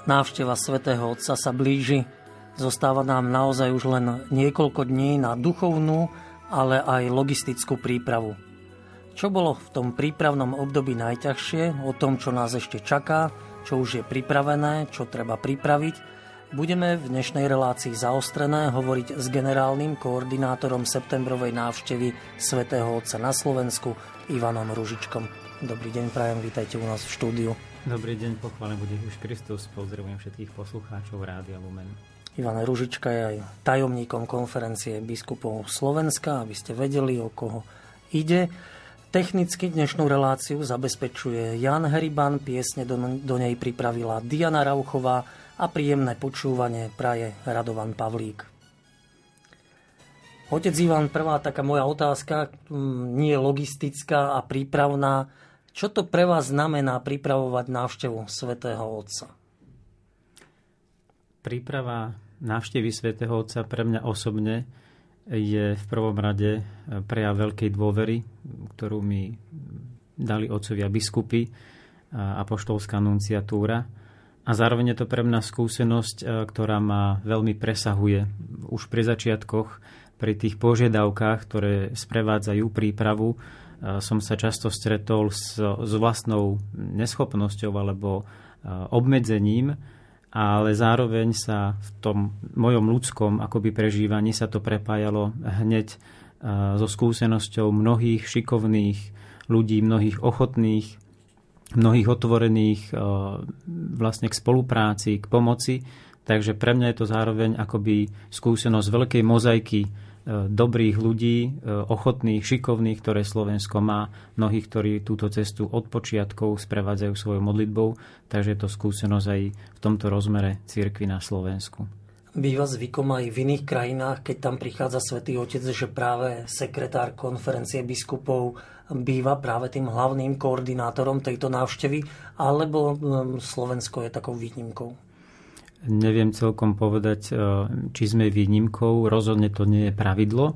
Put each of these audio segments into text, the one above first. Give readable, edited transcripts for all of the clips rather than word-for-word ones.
Návšteva svätého Otca sa blíži. Zostáva nám naozaj už len niekoľko dní na duchovnú, ale aj logistickú prípravu. Čo bolo v tom prípravnom období najťažšie, o tom, čo nás ešte čaká, čo už je pripravené, čo treba pripraviť, budeme v dnešnej relácii Zaostrené hovoriť s generálnym koordinátorom septembrovej návštevy svätého Otca na Slovensku Ivanom Ružičkom. Dobrý deň, prajem, vítajte u nás v štúdiu. Dobrý deň, pochválený bude Ježiš Kristus. Pozdravujem všetkých poslucháčov Rádia Lumen. Ivan Ružička je aj tajomníkom konferencie biskupov Slovenska, aby ste vedeli, o koho ide. Technicky dnešnú reláciu zabezpečuje Jan Heriban, piesne do nej pripravila Diana Rauchová a príjemné počúvanie praje Radovan Pavlík. Otec Ivan, prvá taká moja otázka, nie logistická a prípravná. Čo to pre vás znamená pripravovať návštevu svätého Otca? Príprava návštevy svätého Otca pre mňa osobne je v prvom rade prejav veľkej dôvery, ktorú mi dali otcovia biskupy, apoštolská nunciatúra. A zároveň je to pre mňa skúsenosť, ktorá ma veľmi presahuje. Už pri začiatkoch, pri tých požiadavkách, ktoré sprevádzajú prípravu, som sa často stretol s vlastnou neschopnosťou alebo obmedzením, ale zároveň sa v tom mojom ľudskom akoby prežívaní sa to prepájalo hneď so skúsenosťou mnohých šikovných ľudí, mnohých ochotných, mnohých otvorených vlastne k spolupráci, k pomoci. Takže pre mňa je to zároveň akoby skúsenosť veľkej mozaiky dobrých ľudí, ochotných, šikovných, ktoré Slovensko má, mnohých, ktorí túto cestu od počiatkov sprevádzajú svojou modlitbou, takže je to skúsenosť aj v tomto rozmere cirkvi na Slovensku. Býva zvykom aj v iných krajinách, keď tam prichádza Svätý Otec, že práve sekretár konferencie biskupov býva práve tým hlavným koordinátorom tejto návštevy, alebo Slovensko je takou výnimkou? Neviem celkom povedať, či sme výnimkou. Rozhodne to nie je pravidlo.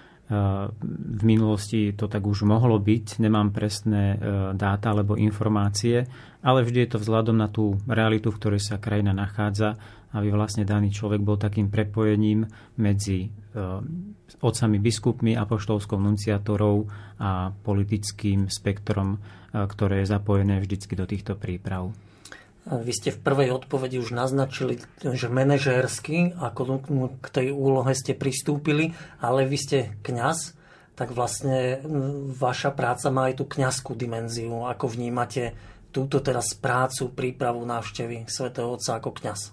V minulosti to tak už mohlo byť. Nemám presné dáta alebo informácie, ale vždy je to vzhľadom na tú realitu, v ktorej sa krajina nachádza, aby vlastne daný človek bol takým prepojením medzi otcami biskupmi, apoštolskou nunciatorou a politickým spektrom, ktoré je zapojené vždycky do týchto príprav. Vy ste v prvej odpovedi už naznačili, že manažérsky, ako k tej úlohe ste pristúpili, ale vy ste kňaz, tak vlastne vaša práca má aj tú kňazskú dimenziu. Ako vnímate túto teraz prácu, prípravu návštevy svätého Otca ako kňaz?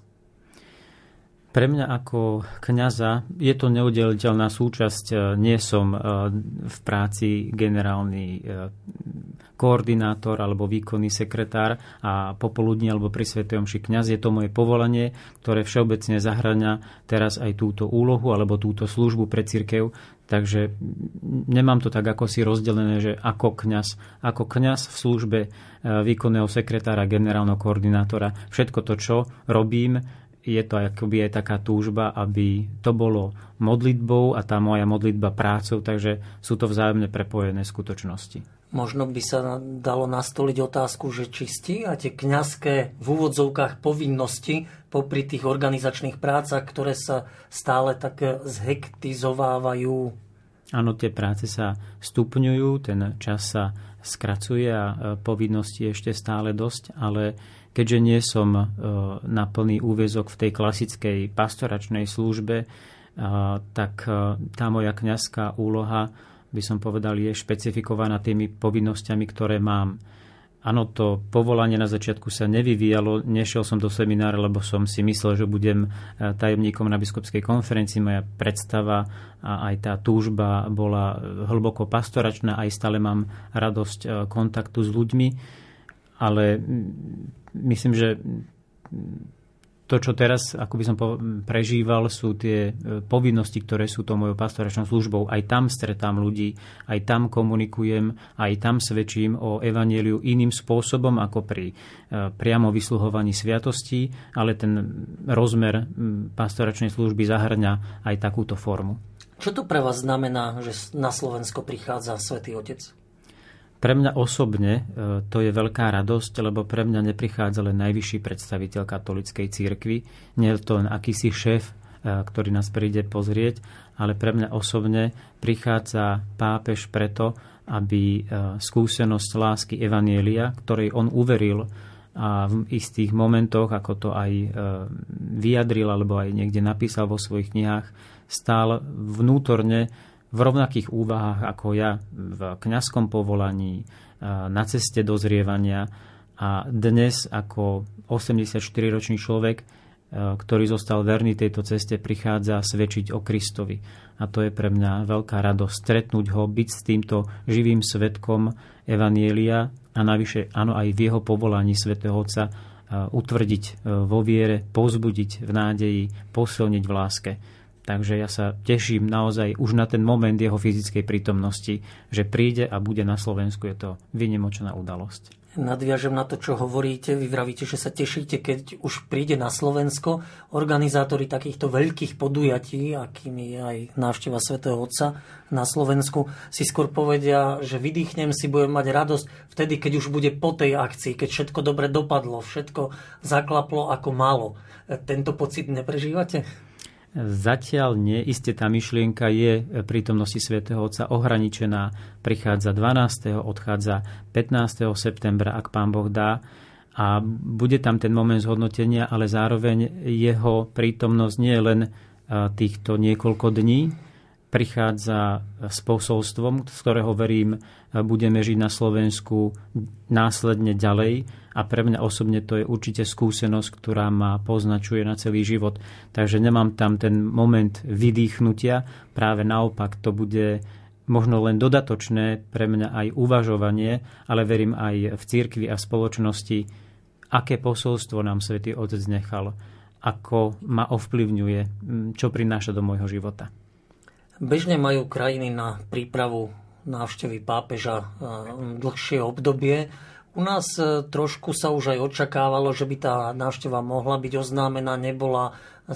Pre mňa ako kňaza je to neoddeliteľná súčasť. Nie som v práci generálny koordinátor alebo výkonný sekretár a popoludní alebo pri svätej omši kňaz. Je to moje povolanie, ktoré všeobecne zahŕňa teraz aj túto úlohu alebo túto službu pre cirkev. Takže nemám to tak ako si rozdelené, že ako kňaz v službe výkonného sekretára, generálneho koordinátora. Všetko to, čo robím, je to akoby aj taká túžba, aby to bolo modlitbou a tá moja modlitba prácou, takže sú to vzájomne prepojené skutočnosti. Možno by sa dalo nastoliť otázku, že či stíhate kňazské v úvodzovkách povinnosti popri tých organizačných prácach, ktoré sa stále tak zhektizovávajú. Áno, tie práce sa stupňujú, ten čas sa skracuje a povinností je ešte stále dosť, ale keďže nie som na plný úväzok v tej klasickej pastoračnej službe, tak tá moja kňazská úloha, by som povedal, je špecifikovaná tými povinnosťami, ktoré mám. Áno, to povolanie na začiatku sa nevyvíjalo, nešiel som do seminára, lebo som si myslel, že budem tajomníkom na biskupskej konferencii. Moja predstava a aj tá túžba bola hlboko pastoračná, aj stále mám radosť kontaktu s ľuďmi, ale myslím, že to, čo teraz, ako by som prežíval, sú tie povinnosti, ktoré sú to mojou pastoračnou službou. Aj tam stretám ľudí, aj tam komunikujem, aj tam svedčím o evanjeliu iným spôsobom ako pri priamo vysluhovaní sviatostí, ale ten rozmer pastoračnej služby zahŕňa aj takúto formu. Čo to pre vás znamená, že na Slovensko prichádza Svätý Otec? Pre mňa osobne to je veľká radosť, lebo pre mňa neprichádza len najvyšší predstaviteľ katolíckej cirkvi, nie je to len akýsi šéf, ktorý nás príde pozrieť, ale pre mňa osobne prichádza pápež preto, aby skúsenosť lásky evanjelia, ktorej on uveril a v istých momentoch, ako to aj vyjadril alebo aj niekde napísal vo svojich knihách, stál vnútorne v rovnakých úvahách ako ja v kňazskom povolaní, na ceste dozrievania a dnes ako 84-ročný človek, ktorý zostal verný tejto ceste, prichádza svedčiť o Kristovi. A to je pre mňa veľká radosť stretnúť ho, byť s týmto živým svedkom evanjelia a navyše áno aj v jeho povolaní svätého Otca utvrdiť vo viere, povzbudiť v nádeji, posilniť v láske. Takže ja sa teším naozaj už na ten moment jeho fyzickej prítomnosti, že príde a bude na Slovensku. Je to výnimočná udalosť. Nadviažem na to, čo hovoríte. Vy vravíte, že sa tešíte, keď už príde na Slovensko. Organizátori takýchto veľkých podujatí, akým je aj návšteva svätého Otca na Slovensku, si skôr povedia, že vydýchnem si, budem mať radosť vtedy, keď už bude po tej akcii, keď všetko dobre dopadlo, všetko zaklaplo ako malo. Tento pocit neprežívate? Zatiaľ nie. Isté tá myšlienka je prítomnosti svätého Otca ohraničená. Prichádza 12., odchádza 15. septembra, ak Pán Boh dá. A bude tam ten moment zhodnotenia, ale zároveň jeho prítomnosť nie je len týchto niekoľko dní. Prichádza s posolstvom, z ktorého verím, budeme žiť na Slovensku následne ďalej. A pre mňa osobne to je určite skúsenosť, ktorá ma poznačuje na celý život. Takže nemám tam ten moment vydýchnutia. Práve naopak, to bude možno len dodatočné pre mňa aj uvažovanie, ale verím aj v cirkvi a spoločnosti, aké posolstvo nám Svätý Otec nechal, ako ma ovplyvňuje, čo prináša do môjho života. Bežne majú krajiny na prípravu návštevy pápeža dlhšie obdobie. U nás trošku sa už aj očakávalo, že by tá návšteva mohla byť oznámená, nebola.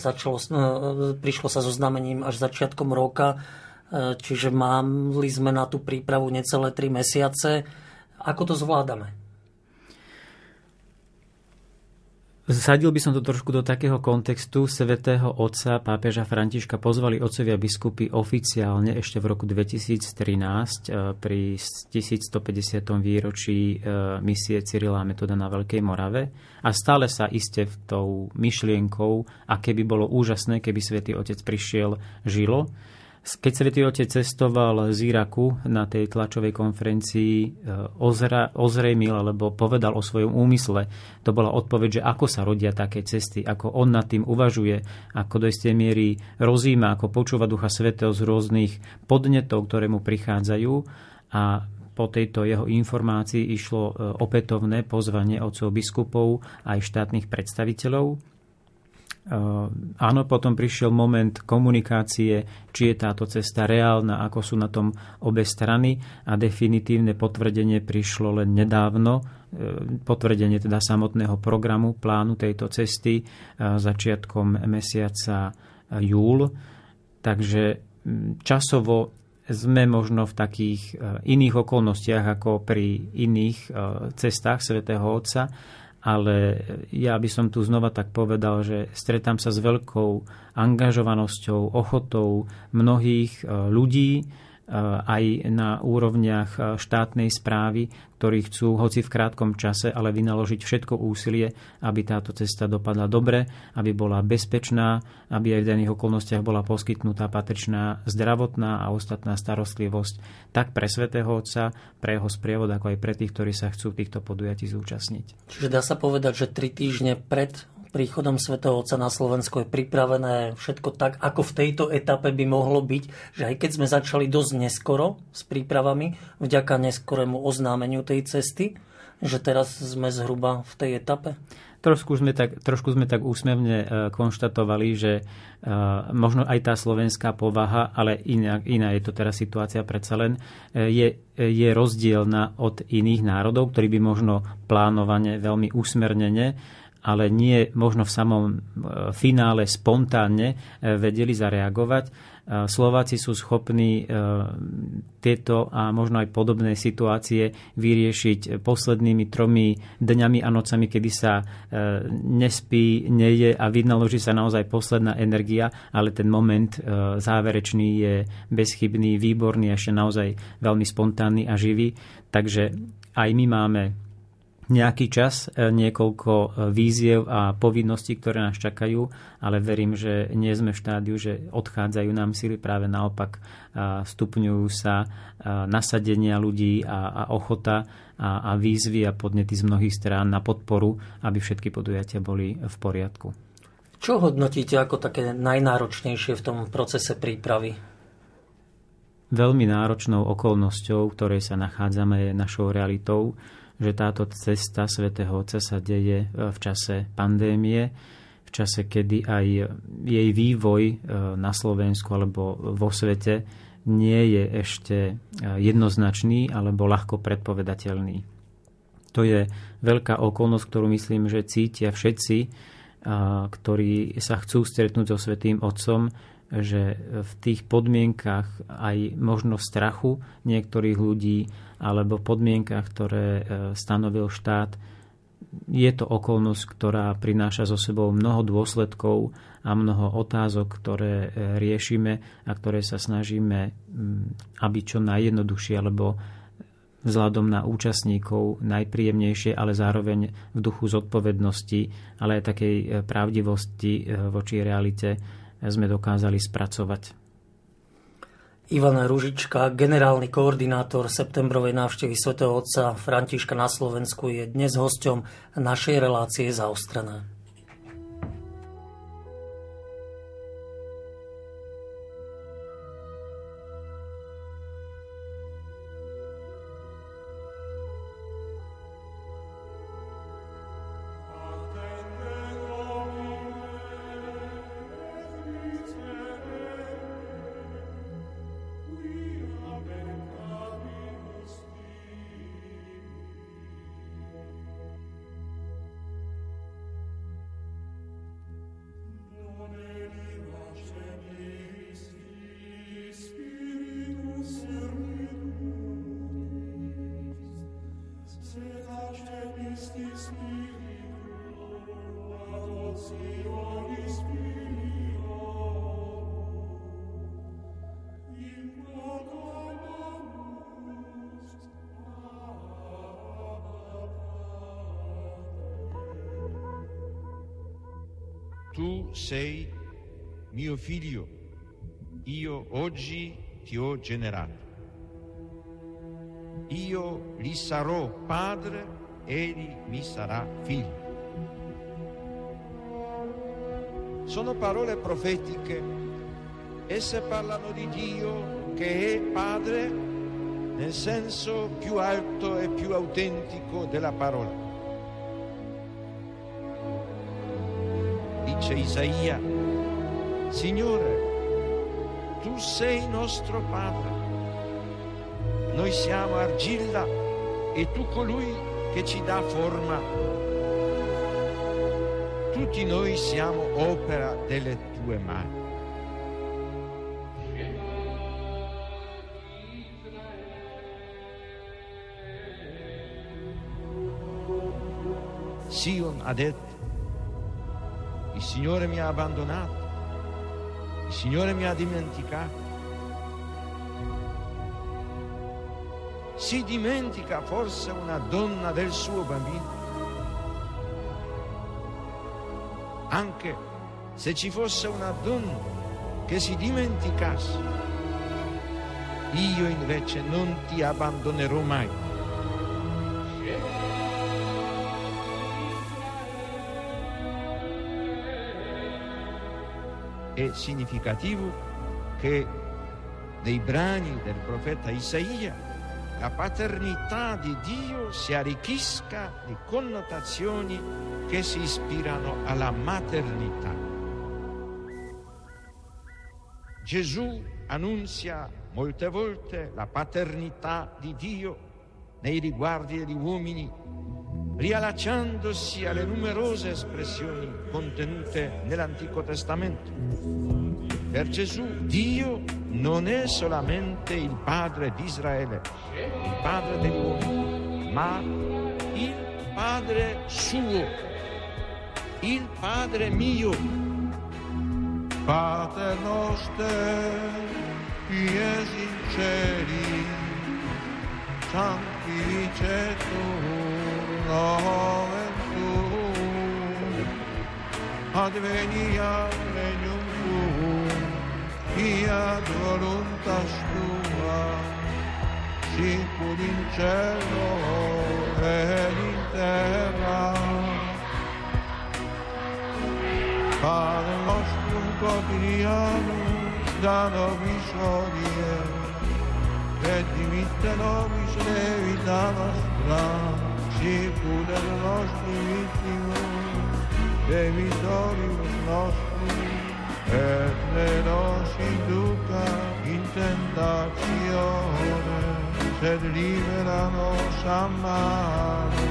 Prišlo sa so oznámením až začiatkom roka, čiže mali sme na tú prípravu necelé 3 mesiace. Ako to zvládame? Zasadil by som to trošku do takého kontextu. Svätého Otca, pápeža Františka, pozvali otcovia biskupy oficiálne ešte v roku 2013 pri 1150. výročí misie Cyrila a Metoda na Veľkej Morave. A stále sa iste v tou myšlienkou, aké by bolo úžasné, keby Svätý Otec prišiel, žilo. Keď Svätý Otec cestoval z Iraku na tej tlačovej konferencii, ozrejmil alebo povedal o svojom úmysle. To bola odpoveď, že ako sa rodia také cesty, ako on nad tým uvažuje, ako do istej miery rozíma, ako počúva Ducha Svätého z rôznych podnetov, ktoré mu prichádzajú. A po tejto jeho informácii išlo opätovné pozvanie otcov biskupov aj štátnych predstaviteľov. Áno, potom prišiel moment komunikácie, či je táto cesta reálna, ako sú na tom obe strany, a definitívne potvrdenie prišlo len nedávno, potvrdenie teda samotného programu, plánu tejto cesty začiatkom mesiaca júl. Takže časovo sme možno v takých iných okolnostiach ako pri iných cestách svätého Otca, ale ja by som tu znova tak povedal, že stretám sa s veľkou angažovanosťou, ochotou mnohých ľudí, aj na úrovniach štátnej správy, ktorí chcú, hoci v krátkom čase, ale vynaložiť všetko úsilie, aby táto cesta dopadla dobre, aby bola bezpečná, aby aj v daných okolnostiach bola poskytnutá patričná zdravotná a ostatná starostlivosť tak pre svätého Otca, pre jeho sprievod, ako aj pre tých, ktorí sa chcú týchto podujatí zúčastniť. Čiže dá sa povedať, že 3 týždne pred príchodom svätého Otca na Slovensko je pripravené všetko tak, ako v tejto etape by mohlo byť, že aj keď sme začali dosť neskoro s prípravami, vďaka neskorému oznámeniu tej cesty, že teraz sme zhruba v tej etape? Trošku sme tak úsmevne konštatovali, že možno aj tá slovenská povaha, ale iná je to teraz situácia predsa len, je rozdielna od iných národov, ktorí by možno plánovane, veľmi úsmernene ale nie možno v samom finále spontánne vedeli zareagovať. Slováci sú schopní tieto a možno aj podobné situácie vyriešiť poslednými 3 dňami a nocami, kedy sa nespí, neje a vynaloží sa naozaj posledná energia, ale ten moment záverečný je bezchybný, výborný, ešte naozaj veľmi spontánny a živý. Takže aj my máme nejaký čas, niekoľko víziev a povinností, ktoré nás čakajú, ale verím, že nie sme v štádiu, že odchádzajú nám sily, práve naopak stupňujú sa nasadenia ľudí a ochota a výzvy a podnety z mnohých strán na podporu, aby všetky podujatia boli v poriadku. Čo hodnotíte ako také najnáročnejšie v tom procese prípravy? Veľmi náročnou okolnosťou, v ktorej sa nachádzame, je našou realitou, že táto cesta Svätého Otca sa deje v čase pandémie, v čase, kedy aj jej vývoj na Slovensku alebo vo svete nie je ešte jednoznačný alebo ľahko predpovedateľný. To je veľká okolnosť, ktorú myslím, že cítia všetci, ktorí sa chcú stretnúť so Svätým Otcom, že v tých podmienkach aj možno strachu niektorých ľudí alebo podmienkach, ktoré stanovil štát, je to okolnosť, ktorá prináša so sebou mnoho dôsledkov a mnoho otázok, ktoré riešime a ktoré sa snažíme, aby čo najjednoduchšie, alebo vzhľadom na účastníkov najpríjemnejšie, ale zároveň v duchu zodpovednosti, ale aj takej pravdivosti voči realite sme dokázali spracovať. Ivan Ružička, generálny koordinátor septembrovej návštevy svätého Otca Františka na Slovensku, je dnes hosťom našej relácie Zaostrené. Tu sei mio figlio, io oggi ti ho generato. Io gli sarò padre, egli mi sarà figlio. Sono parole profetiche, esse parlano di Dio che è padre nel senso più alto e più autentico della parola. Dice Isaia: Signore, tu sei nostro Padre, noi siamo argilla e tu colui che ci dà forma. Tutti noi siamo opera delle tue mani. Sion ha detto: il Signore mi ha abbandonato, il Signore mi ha dimenticato. Si dimentica forse una donna del suo bambino? Anche se ci fosse una donna che si dimenticasse, io invece non ti abbandonerò mai. È significativo che nei brani del profeta Isaia la paternità di Dio si arricchisca di connotazioni che si ispirano alla maternità. Gesù annunzia molte volte la paternità di Dio nei riguardi degli uomini, riallacciandosi alle numerose espressioni contenute nell'Antico Testamento. Per Gesù Dio non è solamente il Padre di Israele, il Padre degli uomini, ma il Padre suo, il Padre mio. Pater noster, qui es in cieli, sanctificetur nomen tuum, adveniat regnum tuum, fiat voluntas tua, sicut in cielo et in terra. Pane nostrum quotidianum da nobis hodie, et dimitte nobis debita nostra, sicut et nostri victimus debitoribus nostrum, et ne nos induca in tentatione, sed libera nos a malo.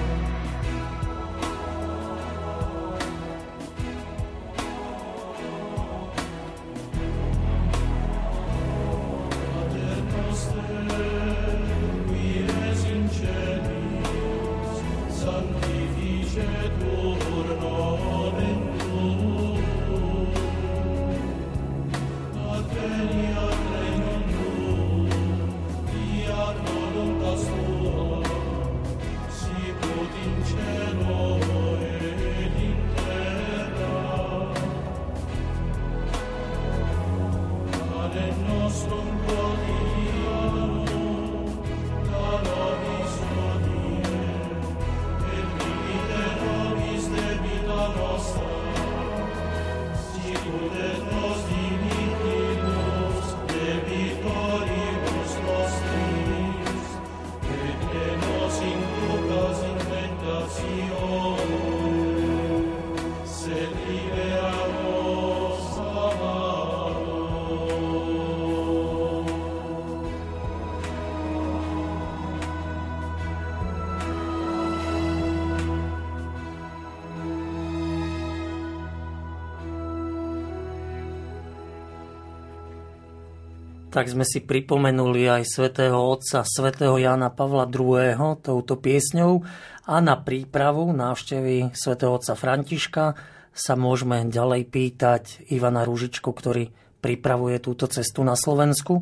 Tak sme si pripomenuli aj svätého otca, svätého Jána Pavla II. Touto piesňou a na prípravu návštevy svätého otca Františka sa môžeme ďalej pýtať Ivana Ružičku, ktorý pripravuje túto cestu na Slovensku.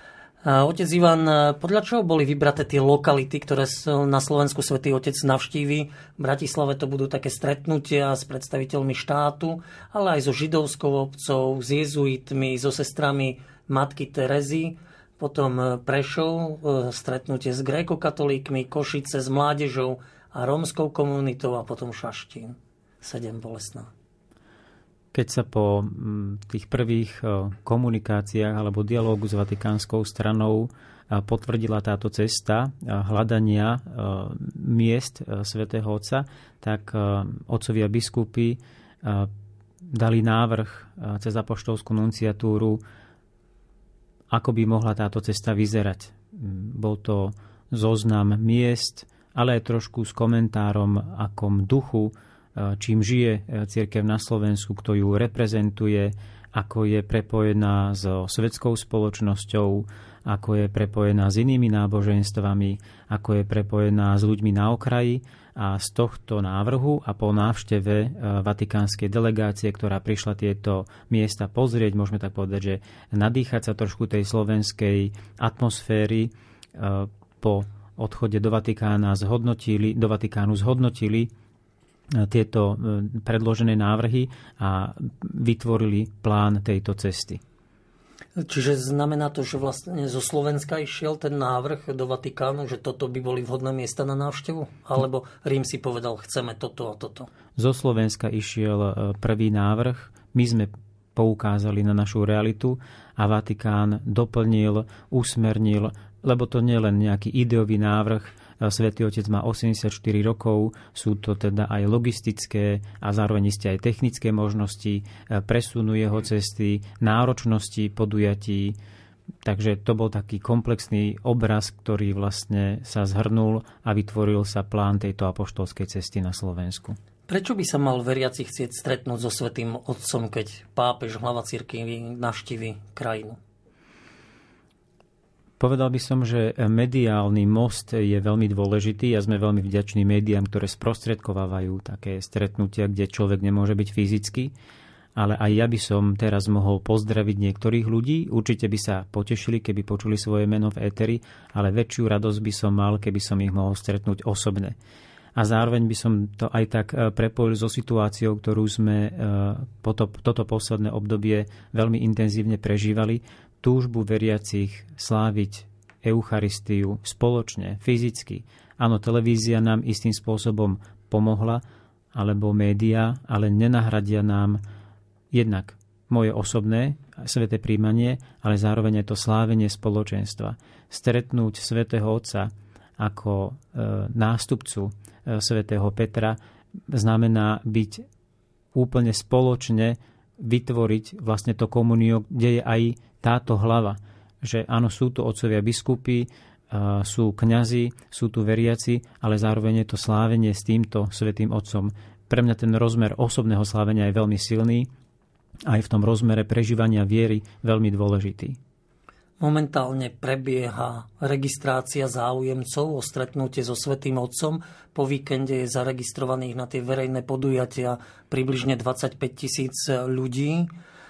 Otec Ivan, podľa čoho boli vybraté tie lokality, ktoré na Slovensku svätý otec navštíví? V Bratislave to budú také stretnutia s predstaviteľmi štátu, ale aj so židovskou obcou, s jezuitmi, so sestrami Matky Terezy, potom Prešov, stretnutie s grékokatolíkmi, Košice s mládežou a rómskou komunitou a potom Šaštín, 7 Bolesná. Keď sa po tých prvých komunikáciách alebo dialógu s vatikánskou stranou potvrdila táto cesta hľadania miest svätého Otca, tak otcovia biskupy dali návrh cez apoštolskú nunciatúru, ako by mohla táto cesta vyzerať. Bol to zoznam miest, ale aj trošku s komentárom, akom duchu, čím žije cirkev na Slovensku, kto ju reprezentuje, ako je prepojená so svetskou spoločnosťou, ako je prepojená s inými náboženstvami, ako je prepojená s ľuďmi na okraji. A z tohto návrhu a po návšteve vatikánskej delegácie, ktorá prišla tieto miesta pozrieť, môžeme tak povedať, že nadýchať sa trošku tej slovenskej atmosféry, po odchode do Vatikánu zhodnotili tieto predložené návrhy a vytvorili plán tejto cesty. Čiže znamená to, že vlastne zo Slovenska išiel ten návrh do Vatikánu, že toto by boli vhodné miesta na návštevu? Alebo Rím si povedal, chceme toto a toto? Zo Slovenska išiel prvý návrh. My sme poukázali na našu realitu a Vatikán doplnil, usmernil, lebo to nie je len nejaký ideový návrh. Svätý Otec má 84 rokov, sú to teda aj logistické a zároveň isté aj technické možnosti, presunu jeho cesty, náročnosti podujatí. Takže to bol taký komplexný obraz, ktorý vlastne sa zhrnul a vytvoril sa plán tejto apoštolskej cesty na Slovensku. Prečo by sa mal veriaci chcieť stretnúť so Svätým Otcom, keď pápež, hlava cirkvi, navštívi krajinu? Povedal by som, že mediálny most je veľmi dôležitý a sme veľmi vďační médiám, ktoré sprostredkovávajú také stretnutia, kde človek nemôže byť fyzicky. Ale aj ja by som teraz mohol pozdraviť niektorých ľudí. Určite by sa potešili, keby počuli svoje meno v éteri, ale väčšiu radosť by som mal, keby som ich mohol stretnúť osobne. A zároveň by som to aj tak prepojil so situáciou, ktorú sme toto posledné obdobie veľmi intenzívne prežívali. Túžbu veriacich sláviť Eucharistiu spoločne, fyzicky. Áno, televízia nám istým spôsobom pomohla, alebo médiá, ale nenahradia nám jednak moje osobné sväté príjmanie, ale zároveň je to slávenie spoločenstva. Stretnúť svätého Otca ako nástupcu svätého Petra znamená byť úplne spoločne, vytvoriť vlastne to komunio, kde je aj táto hlava. Že áno, sú tu otcovia biskupy, sú kňazi, sú tu veriaci, ale zároveň je to slávenie s týmto svätým Otcom. Pre mňa ten rozmer osobného slávenia je veľmi silný, aj v tom rozmere prežívania viery veľmi dôležitý. Momentálne prebieha registrácia záujemcov o stretnutie so Svätým Otcom. Po víkende je zaregistrovaných na tie verejné podujatia približne 25 000 ľudí.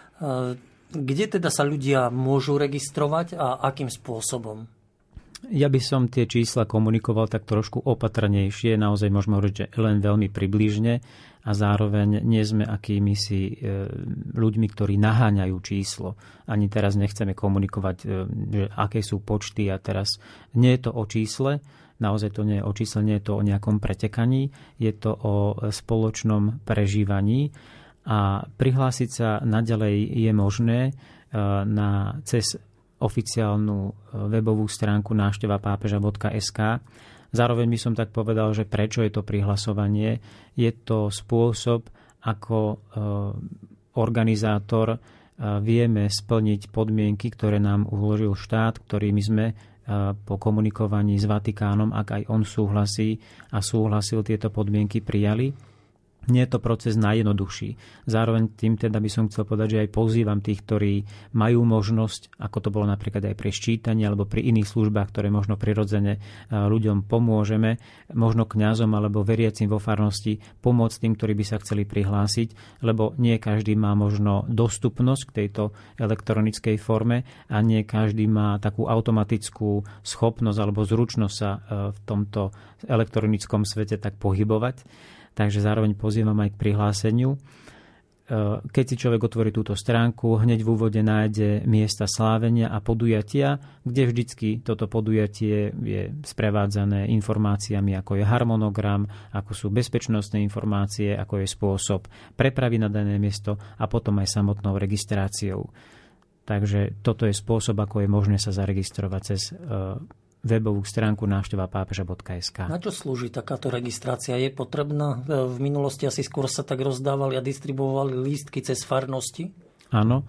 Kde teda sa ľudia môžu registrovať a akým spôsobom? Ja by som tie čísla komunikoval tak trošku opatrnejšie, naozaj môžeme hovoriť, že len veľmi približne a zároveň nie sme akými si ľuďmi, ktorí naháňajú číslo. Ani teraz nechceme komunikovať, že aké sú počty a teraz nie je to o čísle, naozaj to nie je o čísle, nie je to o nejakom pretekaní, je to o spoločnom prežívaní a prihlásiť sa naďalej je možné cez oficiálnu webovú stránku návštevapápeža.sk. Zároveň by som tak povedal, že prečo je to prihlasovanie. Je to spôsob, ako organizátor vieme splniť podmienky, ktoré nám uložil štát, ktorými sme po komunikovaní s Vatikánom, ak aj on súhlasí a súhlasil, tieto podmienky prijali. Nie je to proces najjednoduchší. Zároveň tým teda by som chcel povedať, že aj pozývam tých, ktorí majú možnosť, ako to bolo napríklad aj pri ščítaní alebo pri iných službách, ktoré možno prirodzene ľuďom pomôžeme, možno kňazom alebo veriacim vo farnosti, pomôcť tým, ktorí by sa chceli prihlásiť, lebo nie každý má možno dostupnosť k tejto elektronickej forme a nie každý má takú automatickú schopnosť alebo zručnosť sa v tomto elektronickom svete tak pohybovať. Takže zároveň pozývam aj k prihláseniu. Keď si človek otvorí túto stránku, hneď v úvode nájde miesta slávenia a podujatia, kde vždycky toto podujatie je sprevádzané informáciami, ako je harmonogram, ako sú bezpečnostné informácie, ako je spôsob prepravy na dané miesto a potom aj samotnou registráciou. Takže toto je spôsob, ako je možné sa zaregistrovať cez webovú stránku návštevapápeža.sk. Na čo slúži takáto registrácia? Je potrebná? V minulosti asi skôr sa tak rozdávali a distribuovali lístky cez farnosti? Áno.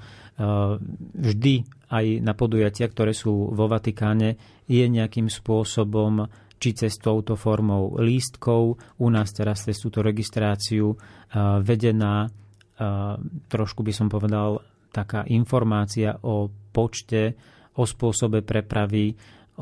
Vždy aj na podujatia, ktoré sú vo Vatikáne, je nejakým spôsobom či cez touto formou lístkov, u nás teraz cez túto registráciu vedená, trošku by som povedal, taká informácia o počte, o spôsobe prepravy,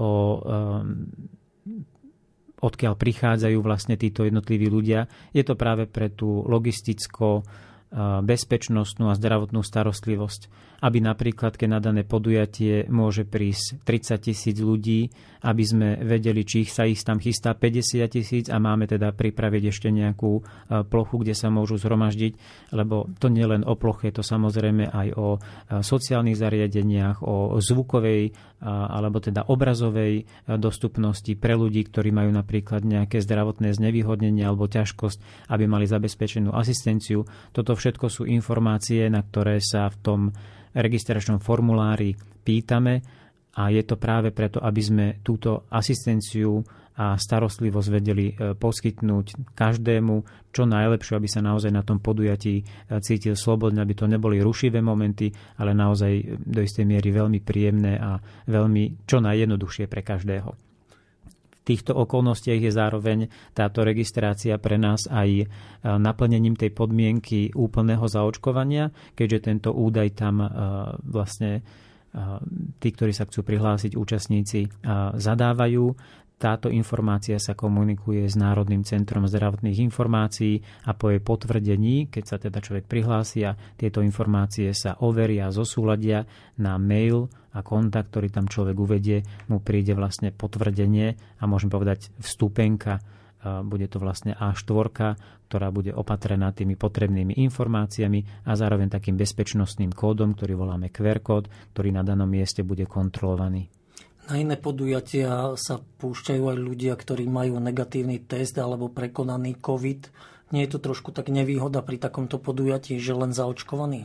odkiaľ prichádzajú vlastne títo jednotliví ľudia. Je to práve pre tú logisticko bezpečnostnú a zdravotnú starostlivosť, aby napríklad, keď na dané podujatie môže prísť 30 000 ľudí, aby sme vedeli, či sa ich tam chystá 50 000 a máme teda pripraviť ešte nejakú plochu, kde sa môžu zhromaždiť, lebo to nie len o ploche, je to samozrejme aj o sociálnych zariadeniach, o zvukovej alebo teda obrazovej dostupnosti pre ľudí, ktorí majú napríklad nejaké zdravotné znevýhodnenie alebo ťažkosť, aby mali zabezpečenú asistenciu. Toto všetko sú informácie, na ktoré sa v tom registračnom formulári pýtame a je to práve preto, aby sme túto asistenciu a starostlivosť vedeli poskytnúť každému čo najlepšie, aby sa naozaj na tom podujatí cítil slobodne, aby to neboli rušivé momenty, ale naozaj do istej miery veľmi príjemné a veľmi čo najjednoduchšie pre každého. V týchto okolnostiach je zároveň táto registrácia pre nás aj naplnením tej podmienky úplného zaočkovania, keďže tento údaj tam vlastne tí, ktorí sa chcú prihlásiť, účastníci, zadávajú. Táto informácia sa komunikuje s Národným centrom zdravotných informácií a po jej potvrdení, keď sa teda človek prihlási a tieto informácie sa overia a zosúladia na mail a kontakt, ktorý tam človek uvedie, mu príde vlastne potvrdenie a môžem povedať vstupenka. Bude to vlastne A4, ktorá bude opatrená tými potrebnými informáciami a zároveň takým bezpečnostným kódom, ktorý voláme QR kód, ktorý na danom mieste bude kontrolovaný. Na iné podujatia sa púšťajú aj ľudia, ktorí majú negatívny test alebo prekonaný COVID. Nie je to trošku tak nevýhoda pri takomto podujatí, že len zaočkovaný?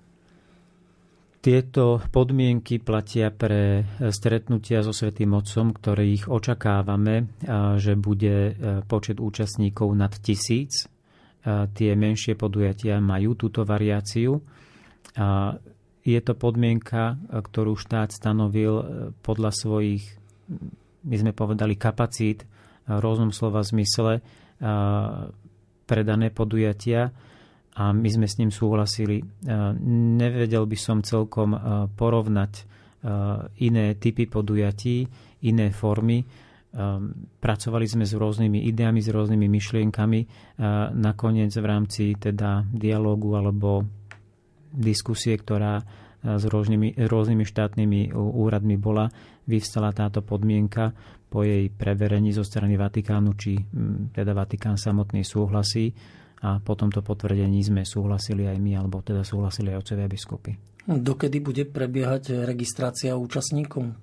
Tieto podmienky platia pre stretnutia so Svätým Otcom, ktorých očakávame, že bude počet účastníkov nad 1000. Tie menšie podujatia majú túto variáciu. Je to podmienka, ktorú štát stanovil podľa svojich, my sme povedali, kapacít v rôznom slova zmysle pre dané podujatia a my sme s ním súhlasili. Nevedel by som celkom porovnať iné typy podujatí, iné formy. Pracovali sme s rôznymi ideami, s rôznymi myšlienkami. Nakoniec v rámci teda dialógu alebo diskusie, ktorá s rôznymi štátnymi úradmi bola, vyvstala táto podmienka po jej preverení zo strany Vatikánu, či teda Vatikán samotný súhlasí a po tomto potvrdení sme súhlasili aj my, alebo teda súhlasili aj otcovia biskupy. Dokedy bude prebiehať registrácia účastníkov?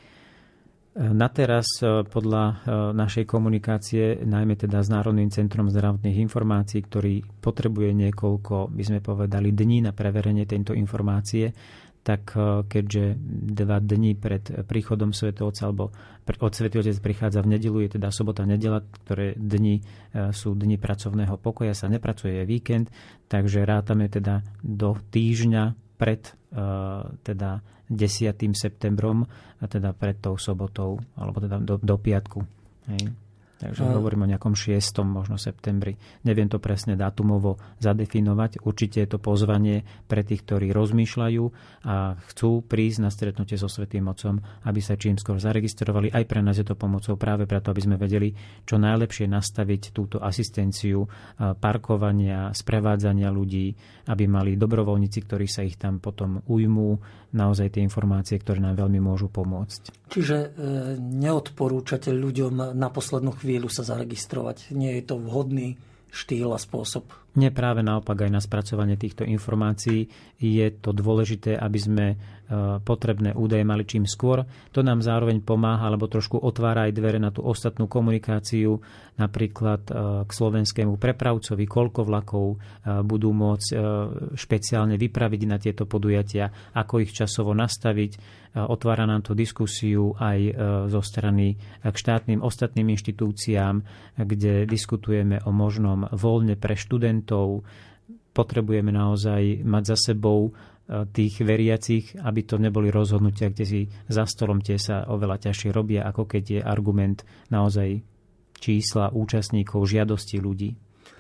Na teraz podľa našej komunikácie, najmä teda s Národným centrom zdravotných informácií, ktorý potrebuje niekoľko, by sme povedali, dní na preverenie tejto informácie, tak keďže 2 dní pred príchodom Svätého Otca, alebo od Svätý Otec prichádza v nedeľu, je teda sobota, nedeľa, ktoré dni sú dni pracovného pokoja, sa nepracuje, je víkend, takže rátame teda do týždňa pred teda 10. septembrom, a teda pred tou sobotou, alebo teda do piatku. Hej. Takže hovorím o nejakom 6. možno septembri. Neviem to presne dátumovo zadefinovať. Určite je to pozvanie pre tých, ktorí rozmýšľajú a chcú prísť na stretnutie so Svätým Otcom, aby sa čím skôr zaregistrovali. Aj pre nás je to pomocou práve preto, aby sme vedeli čo najlepšie nastaviť túto asistenciu parkovania, sprevádzania ľudí, aby mali dobrovoľníci, ktorí sa ich tam potom ujmú, naozaj tie informácie, ktoré nám veľmi môžu pomôcť. Čiže neodporúčate ľuďom na poslednú chvíľu sa zaregistrovať? Nie je to vhodný štýl a spôsob? Nie, práve naopak, aj na spracovanie týchto informácií je to dôležité, aby sme potrebné údaje mali čím skôr. To nám zároveň pomáha, alebo trošku otvára aj dvere na tú ostatnú komunikáciu, napríklad k slovenskému prepravcovi, koľko vlakov budú môcť špeciálne vypraviť na tieto podujatia, ako ich časovo nastaviť. Otvára nám to diskusiu aj zo strany k štátnym ostatným inštitúciám, kde diskutujeme o možnom voľne pre študentov. Potrebujeme naozaj mať za sebou tých veriacich, aby to neboli rozhodnutia, kde si za stolom tie sa oveľa ťažšie robia, ako keď je argument naozaj čísla účastníkov, žiadosti ľudí.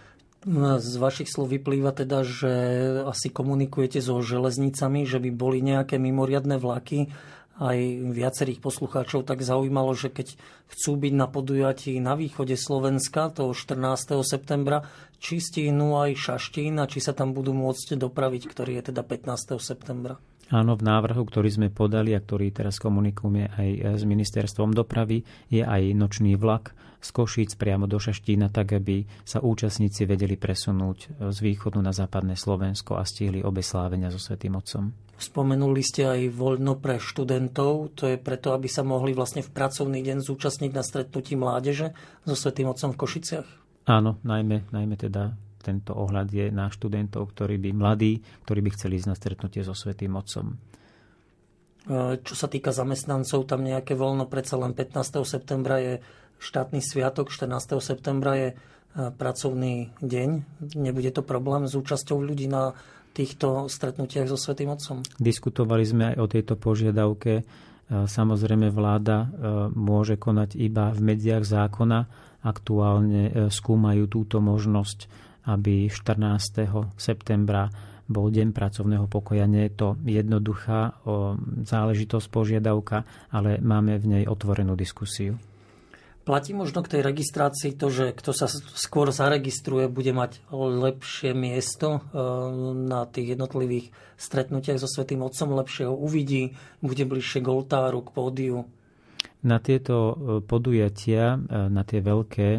Z vašich slov vyplýva teda, že asi komunikujete so železnicami, že by boli nejaké mimoriadne vlaky. Aj viacerých poslucháčov tak zaujímalo, že keď chcú byť na podujatí na východe Slovenska toho 14. septembra, či stihnú aj Šaštín a či sa tam budú môcť dopraviť, ktorý je teda 15. septembra. Áno, v návrhu, ktorý sme podali a ktorý teraz komunikujeme aj s ministerstvom dopravy, je aj nočný vlak z Košíc priamo do Šaštína, tak aby sa účastníci vedeli presunúť z východu na západné Slovensko a stihli obe slávenia so Svätým Otcom. Spomenuli ste aj voľno pre študentov, to je preto, aby sa mohli vlastne v pracovný deň zúčastniť na stretnutí mládeže so Svätým Otcom v Košiciach? Áno, najmä teda tento ohľad je na študentov, ktorí by chceli ísť na stretnutie so Svätým Otcom. Čo sa týka zamestnancov, tam nejaké voľno, predsa len 15. septembra je štátny sviatok 14. septembra je pracovný deň. Nebude to problém s účasťou ľudí na týchto stretnutiach so Svätým Otcom? Diskutovali sme aj o tejto požiadavke. Samozrejme vláda môže konať iba v medziach zákona. Aktuálne skúmajú túto možnosť, aby 14. septembra bol deň pracovného pokoja. Nie je to jednoduchá záležitosť, požiadavka, ale máme v nej otvorenú diskusiu. Platí možno k tej registrácii to, že kto sa skôr zaregistruje, bude mať lepšie miesto na tých jednotlivých stretnutiach so Svätým Otcom, lepšie ho uvidí, bude bližšie k oltáru, k pódiu? Na tieto podujatia, na tie veľké,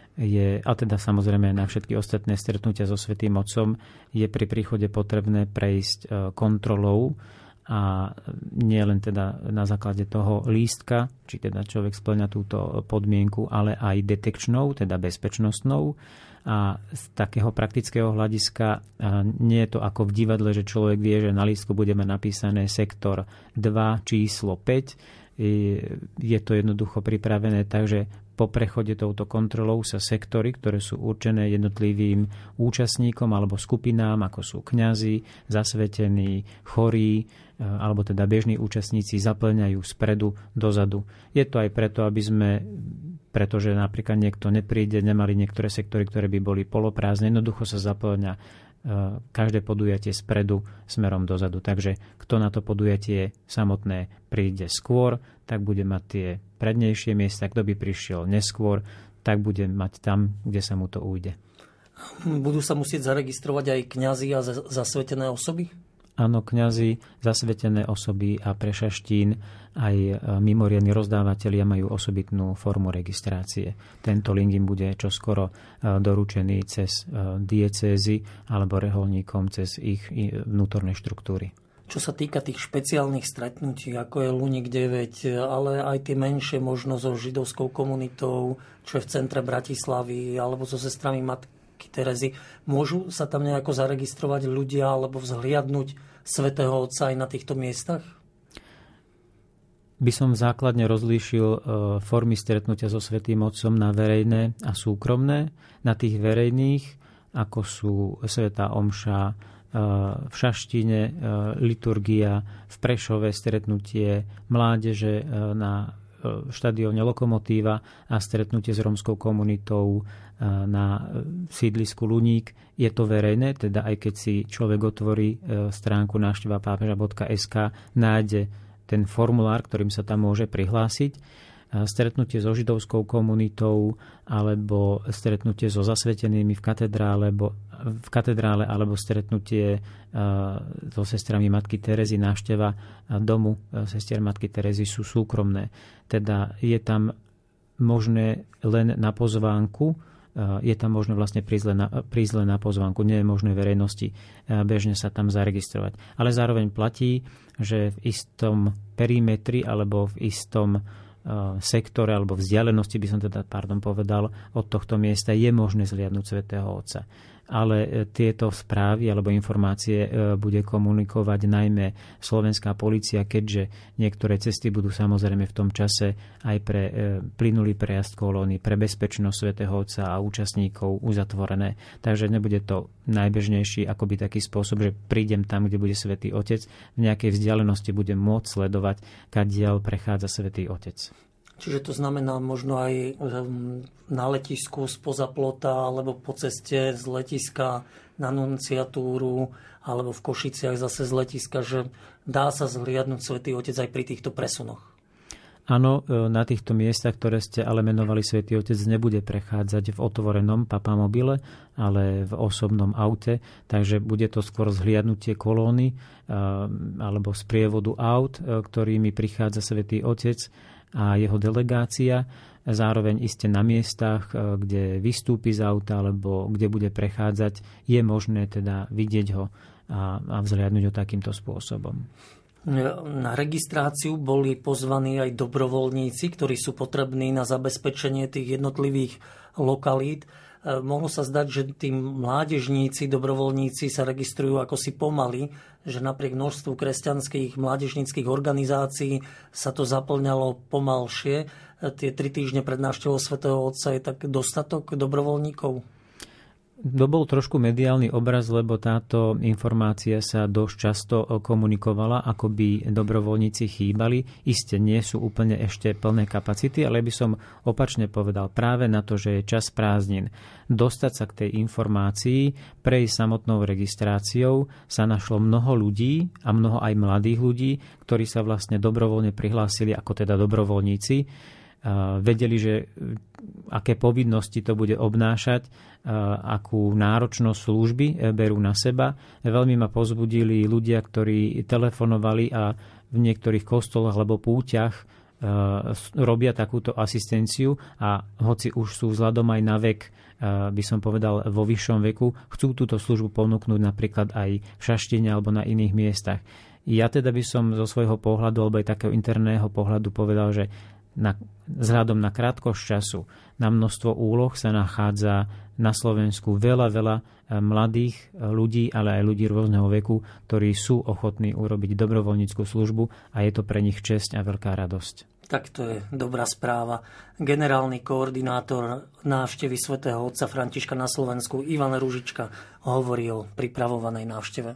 a teda samozrejme na všetky ostatné stretnutia so Svätým Otcom, je pri príchode potrebné prejsť kontrolou, a nie len teda na základe toho lístka, či teda človek spĺňa túto podmienku, ale aj detekčnou, teda bezpečnostnou. A z takého praktického hľadiska nie je to ako v divadle, že človek vie, že na lístku bude mať napísané sektor 2, číslo 5. Je to jednoducho pripravené, takže po prechode touto kontrolou sa sektory, ktoré sú určené jednotlivým účastníkom alebo skupinám, ako sú kňazi, zasvetení, chorí, alebo teda bežní účastníci, zaplňajú spredu dozadu. Je to aj preto, pretože napríklad niekto nepríde, nemali niektoré sektory, ktoré by boli poloprázdne, jednoducho sa zaplňa každé podujatie spredu smerom dozadu. Takže kto na to podujatie samotné príde skôr, tak bude mať tie prednejšie miesta. Kto by prišiel neskôr, tak bude mať tam, kde sa mu to ujde. Budú sa musieť zaregistrovať aj kňazi a zasvetené osoby? Áno, kňazi, zasvetené osoby a pre Šaštín aj mimoriadni rozdávatelia majú osobitnú formu registrácie. Tento link im bude čoskoro doručený cez diecézy alebo reholníkom cez ich vnútorné štruktúry. Čo sa týka tých špeciálnych stretnutí, ako je Luník 9, ale aj tie menšie možno so židovskou komunitou, čo je v centre Bratislavy, alebo so sestrami Matky Terezy, môžu sa tam nejako zaregistrovať ľudia alebo vzhliadnúť Svätého Otca aj na týchto miestach? By som základne rozlíšil formy stretnutia so Svätým Otcom na verejné a súkromné. Na tých verejných, ako sú svätá omša, v Šaštíne liturgia, v Prešove stretnutie mládeže na štadióne Lokomotíva a stretnutie s rómskou komunitou na sídlisku Luník. Je to verejné, teda aj keď si človek otvorí stránku návštevapápeža.sk, nájde ten formulár, ktorým sa tam môže prihlásiť. Stretnutie so židovskou komunitou alebo stretnutie so zasvetenými v katedrále alebo stretnutie so sestrami Matky Terezy, návšteva domu sestier Matky Terezy sú súkromné. Teda je tam možné len na pozvánku, je tam možné vlastne prísť len na pozvánku, nie je možné verejnosti bežne sa tam zaregistrovať. Ale zároveň platí, že v istom perimetri alebo v istom sektore alebo vzdialenosti, by som povedal, od tohto miesta je možné zliadnuť Svätého Otca. Ale tieto správy alebo informácie bude komunikovať najmä slovenská polícia, keďže niektoré cesty budú samozrejme v tom čase aj pre plynulý prejazd kolóny, pre bezpečnosť Svätého Otca a účastníkov uzatvorené. Takže nebude to najbežnejší akoby taký spôsob, že prídem tam, kde bude Svätý Otec, v nejakej vzdialenosti budem môcť sledovať, kadiaľ prechádza Svätý Otec. Čiže to znamená možno aj na letisku spoza plota alebo po ceste z letiska na nunciatúru alebo v Košiciach zase z letiska, že dá sa zhliadnúť Svätý Otec aj pri týchto presunoch. Áno, na týchto miestach, ktoré ste ale menovali, Svätý Otec nebude prechádzať v otvorenom papamobile, ale v osobnom aute, takže bude to skôr zhliadnutie kolóny alebo sprievodu aut, ktorými prichádza Svätý Otec a jeho delegácia, zároveň iste na miestach, kde vystúpi z auta alebo kde bude prechádzať, je možné teda vidieť ho a vzhliadnúť ho takýmto spôsobom. Na registráciu boli pozvaní aj dobrovoľníci, ktorí sú potrební na zabezpečenie tých jednotlivých lokalít. Mohlo sa zdať, že tí mládežníci, dobrovoľníci sa registrujú ako si pomaly, že napriek množstvu kresťanských mládežníckych organizácií sa to zaplňalo pomalšie. tie 3 týždne pred návštevou svätého Otca je tak dostatok dobrovoľníkov? To bol trošku mediálny obraz, lebo táto informácia sa dosť často komunikovala, ako by dobrovoľníci chýbali. Isté nie sú úplne ešte plné kapacity, ale by som opačne povedal práve na to, že je čas prázdnin. Dostať sa k tej informácii, prejsť samotnou registráciou sa našlo mnoho ľudí a mnoho aj mladých ľudí, ktorí sa vlastne dobrovoľne prihlásili ako teda dobrovoľníci. Vedeli, že aké povinnosti to bude obnášať, akú náročnosť služby berú na seba. Veľmi ma povzbudili ľudia, ktorí telefonovali a v niektorých kostoloch alebo púťach robia takúto asistenciu a hoci už sú vzhľadom aj na vek, by som povedal vo vyššom veku, chcú túto službu ponúknuť napríklad aj v Šaštine alebo na iných miestach. Ja teda by som zo svojho pohľadu alebo aj takého interného pohľadu povedal, že vzhľadom na krátkosť času, na množstvo úloh sa nachádza na Slovensku veľa mladých ľudí, ale aj ľudí rôzneho veku, ktorí sú ochotní urobiť dobrovoľníckú službu a je to pre nich česť a veľká radosť. Tak to je dobrá správa. Generálny koordinátor návštevy svätého Otca Františka na Slovensku Ivan Ružička hovorí o pripravovanej návšteve.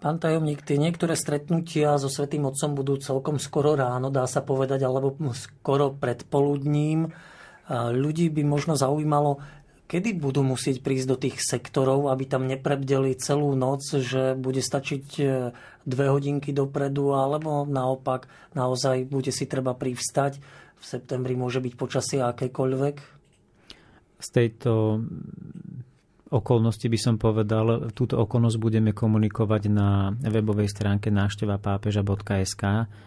Pán tajomník, tie niektoré stretnutia so Svätým Otcom budú celkom skoro ráno, dá sa povedať, alebo skoro pred poludním. Ľudí by možno zaujímalo, kedy budú musieť prísť do tých sektorov, aby tam neprebdeli celú noc, že bude stačiť 2 hodinky dopredu, alebo naopak naozaj bude si treba privstať. V septembri môže byť počasie akékoľvek. Z tejto okolnosti by som povedal, túto okolnosť budeme komunikovať na webovej stránke návštevapápeža.sk,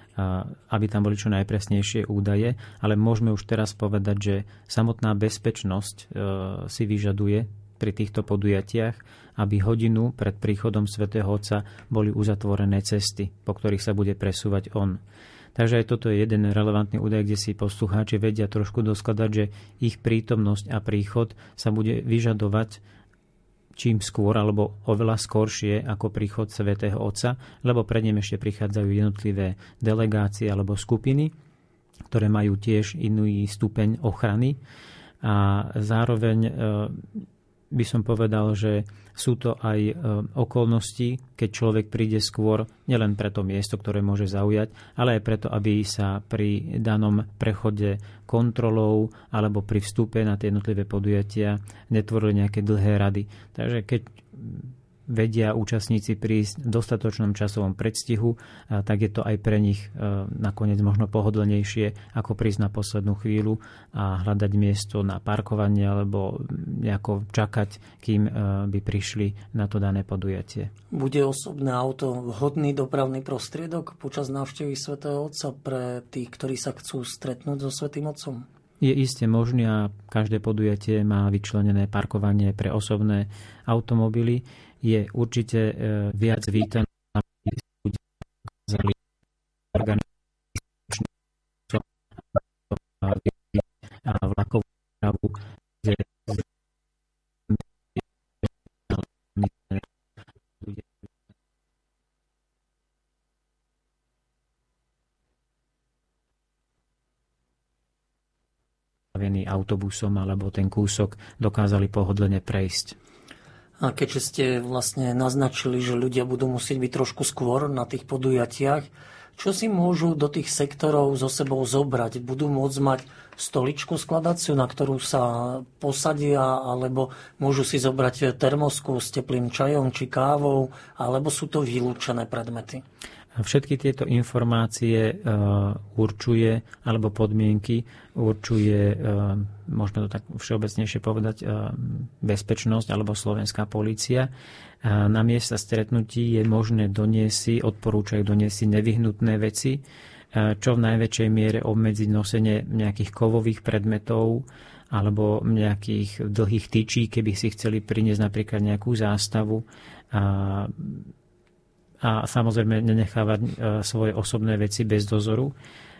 aby tam boli čo najpresnejšie údaje, ale môžeme už teraz povedať, že samotná bezpečnosť si vyžaduje pri týchto podujatiach, aby hodinu pred príchodom svätého Otca boli uzatvorené cesty, po ktorých sa bude presúvať on. Takže aj toto je jeden relevantný údaj, kde si poslucháči vedia trošku doskladať, že ich prítomnosť a príchod sa bude vyžadovať čím skôr, alebo oveľa skoršie ako príchod svätého Otca, lebo pred ním ešte prichádzajú jednotlivé delegácie alebo skupiny, ktoré majú tiež iný stupeň ochrany. A zároveň by som povedal, že sú to aj okolnosti, keď človek príde skôr nielen pre to miesto, ktoré môže zaujať, ale aj preto, aby sa pri danom prechode kontrolou alebo pri vstupe na tie jednotlivé podujatia netvorili nejaké dlhé rady. Takže keď vedia účastníci prísť v dostatočnom časovom predstihu, tak je to aj pre nich nakoniec možno pohodlnejšie, ako prísť na poslednú chvíľu a hľadať miesto na parkovanie alebo nejako čakať, kým by prišli na to dané podujatie. Bude osobné auto vhodný dopravný prostriedok počas návštevy svätého Otca pre tých, ktorí sa chcú stretnúť so Svätým Otcom? Je iste možné a každé podujatie má vyčlenené parkovanie pre osobné automobily. Je určite viac vítané, aby ľudia dokázali organizovať vlakovú dopravu, kde autobusom alebo ten kúsok dokázali pohodlne prejsť. A keďže ste vlastne naznačili, že ľudia budú musieť byť trošku skôr na tých podujatiach, čo si môžu do tých sektorov so sebou zobrať? Budú môcť mať stoličku skladaciu, na ktorú sa posadia, alebo môžu si zobrať termosku s teplým čajom či kávou, alebo sú to vylúčené predmety? Všetky tieto informácie určuje, alebo podmienky určuje, môžeme to tak všeobecnejšie povedať, bezpečnosť alebo slovenská polícia. Na miesta stretnutí je možné odporúčajú doniesť nevyhnutné veci, čo v najväčšej miere obmedziť nosenie nejakých kovových predmetov alebo nejakých dlhých tyčí, keby si chceli priniesť napríklad nejakú zástavu, a samozrejme nenechávať svoje osobné veci bez dozoru.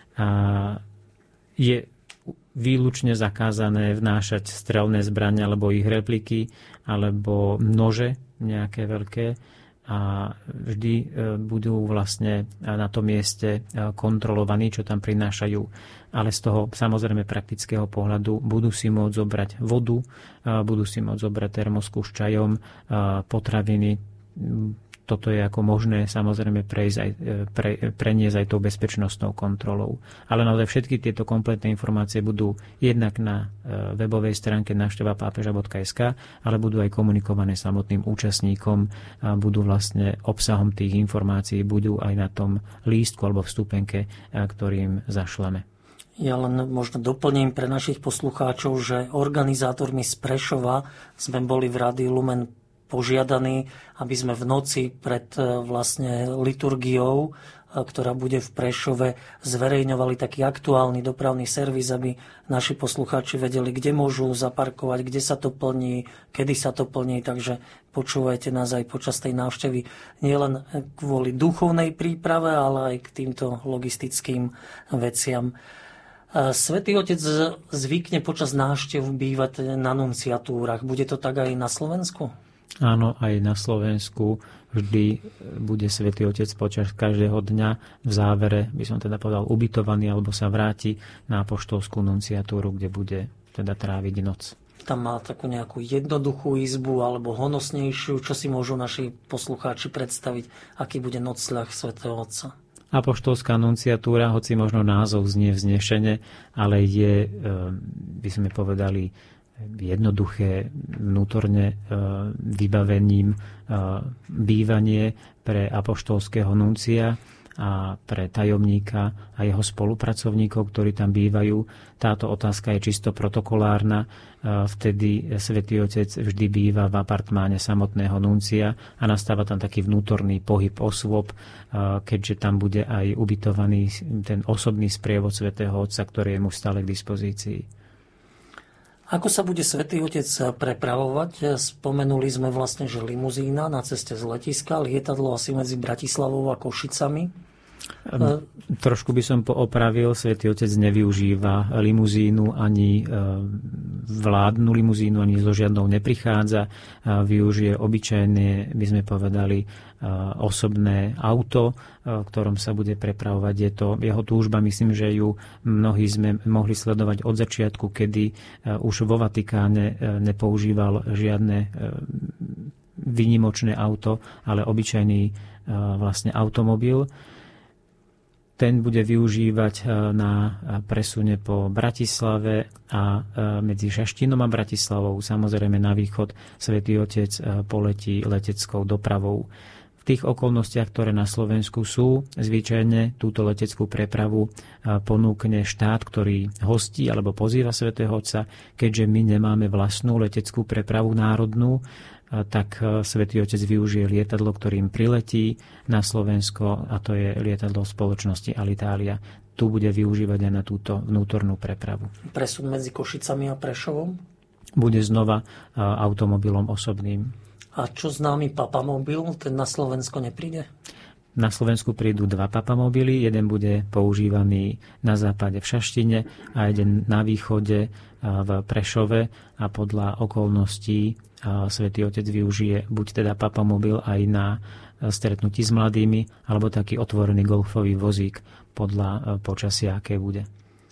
Je výlučne zakázané vnášať strelné zbrane alebo ich repliky alebo nože nejaké veľké a vždy budú vlastne na tom mieste kontrolovaní, čo tam prinášajú. Ale z toho samozrejme praktického pohľadu budú si môcť zobrať vodu, budú si môcť zobrať termosku s čajom, potraviny. Toto je ako možné samozrejme preniesť aj tou bezpečnostnou kontrolou. Ale naozaj všetky tieto kompletné informácie budú jednak na webovej stránke návštevapápeža.sk, ale budú aj komunikované samotným účastníkom, budú vlastne obsahom tých informácií, budú aj na tom lístku alebo vstupenke, ktorým zašleme. Ja len možno doplním pre našich poslucháčov, že organizátormi z Prešova sme boli v Rádiu Lumen požiadaní, aby sme v noci pred vlastne liturgiou, ktorá bude v Prešove, zverejňovali taký aktuálny dopravný servis, aby naši poslucháči vedeli, kde môžu zaparkovať, kde sa to plní, kedy sa to plní. Takže počúvajte nás aj počas tej návštevy nielen kvôli duchovnej príprave, ale aj k týmto logistickým veciam. Svätý Otec zvykne počas návštev bývať na nunciatúrach. Bude to tak aj na Slovensku? Áno, aj na Slovensku vždy bude Svätý Otec počas každého dňa v závere, by som teda povedal, ubytovaný alebo sa vráti na apoštolskú nunciatúru, kde bude teda tráviť noc. tam má takú nejakú jednoduchú izbu alebo honosnejšiu. Čo si môžu naši poslucháči predstaviť, aký bude nocľah svätého Otca? Apoštolská nunciatúra, hoci možno názov znie vznešene, ale je, by sme povedali, jednoduché vnútorne vybavením bývanie pre apoštolského nuncia a pre tajomníka a jeho spolupracovníkov, ktorí tam bývajú. Táto otázka je čisto protokolárna. Vtedy Svätý Otec vždy býva v apartmáne samotného nuncia a nastáva tam taký vnútorný pohyb osôb, keďže tam bude aj ubytovaný ten osobný sprievod Svätého Otca, ktorý je mu stále k dispozícii. Ako sa bude Svätý Otec prepravovať? Spomenuli sme vlastne, že limuzína na ceste z letiska, lietadlo asi medzi Bratislavou a Košicami. Trošku by som poopravil, Svätý Otec nevyužíva limuzínu, ani vládnu limuzínu, ani so žiadnou neprichádza. Využije obyčajné, by sme povedali, osobné auto, v ktorom sa bude prepravovať. Je to jeho túžba, myslím, že ju mnohí sme mohli sledovať od začiatku, kedy už vo Vatikáne nepoužíval žiadne výnimočné auto, ale obyčajný vlastne automobil. Ten bude využívať na presune po Bratislave a medzi Šaštínom a Bratislavou. Samozrejme na východ Svätý Otec poletí leteckou dopravou. V tých okolnostiach, ktoré na Slovensku sú, zvyčajne túto leteckú prepravu ponúkne štát, ktorý hostí alebo pozýva Svätého Otca. Keďže my nemáme vlastnú leteckú prepravu národnú, tak Svätý Otec využije lietadlo, ktorým priletí na Slovensko, a to je lietadlo spoločnosti Alitalia. Tu bude využívať aj na túto vnútornú prepravu. Presun medzi Košicami a Prešovom? Bude znova automobilom osobným. A čo známy papamobil, ten na Slovensko nepríde? Na Slovensku prídu 2 papamobily, jeden bude používaný na západe v Šaštine a jeden na východe v Prešove a podľa okolností Svätý Otec využije buď teda papamobil aj na stretnutí s mladými, alebo taký otvorený golfový vozík podľa počasia, aké bude.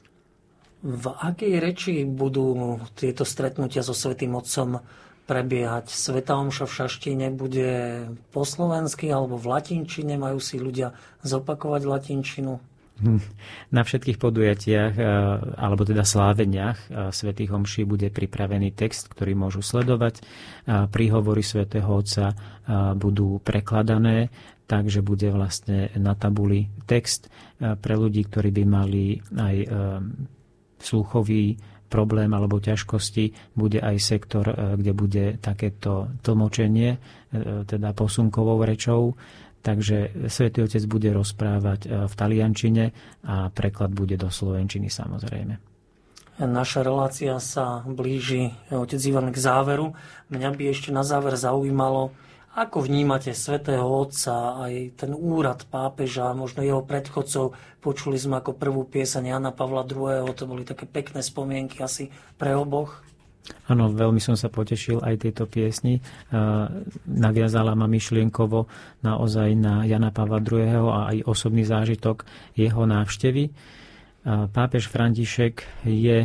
V akej reči budú tieto stretnutia so Svätým Otcom prebiehať? Svätá omša v Šaštíne bude po slovensky alebo v latinčine? Majú si ľudia zopakovať latinčinu? Na všetkých podujatiach, alebo teda sláveniach svätých omší bude pripravený text, ktorý môžu sledovať. Príhovory Svätého Otca budú prekladané, takže bude vlastne na tabuli text pre ľudí, ktorí by mali aj sluchový problém alebo ťažkosti. Bude aj sektor, kde bude takéto tlmočenie, teda posunkovou rečou. Takže Svätý Otec bude rozprávať v taliančine a preklad bude do slovenčiny samozrejme. Naša relácia sa blíži, otec Ivan, k záveru. Mňa by ešte na záver zaujímalo, ako vnímate Svätého Otca, aj ten úrad pápeža, možno jeho predchodcov. Počuli sme ako prvú pieseň Jana Pavla II. To boli také pekné spomienky asi pre oboch. Áno, veľmi som sa potešil aj tejto piesni. Naviazala ma myšlienkovo naozaj na Jana Pavla II. A aj osobný zážitok jeho návštevy. Pápež František je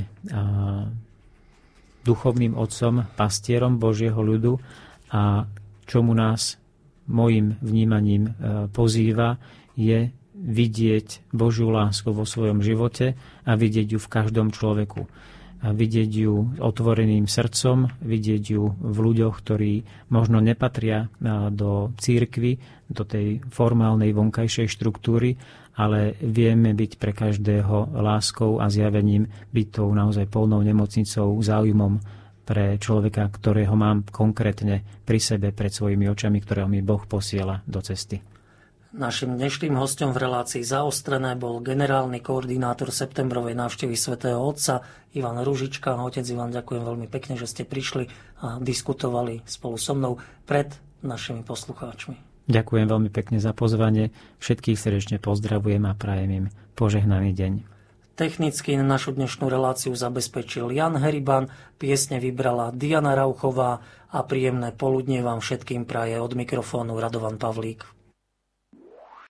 duchovným otcom, pastierom Božieho ľudu a čomu nás mojim vnímaním pozýva, je vidieť Božiu lásku vo svojom živote a vidieť ju v každom človeku. A vidieť ju otvoreným srdcom, vidieť ju v ľuďoch, ktorí možno nepatria do cirkvi, do tej formálnej vonkajšej štruktúry, ale vieme byť pre každého láskou a zjavením, byť tou naozaj polnou nemocnicou, záujmom pre človeka, ktorého mám konkrétne pri sebe, pred svojimi očami, ktorého mi Boh posiela do cesty. Našim dnešným hostom v relácii Zaostrené bol generálny koordinátor septembrovej návštevy Svätého Otca Ivan Ružička. Otec Ivan, ďakujem veľmi pekne, že ste prišli a diskutovali spolu so mnou pred našimi poslucháčmi. Ďakujem veľmi pekne za pozvanie. Všetkých srdečne pozdravujem a prajem im požehnaný deň. Technicky našu dnešnú reláciu zabezpečil Jan Heriban, piesne vybrala Diana Rauchová a príjemné poludnie vám všetkým praje od mikrofónu Radovan Pavlík.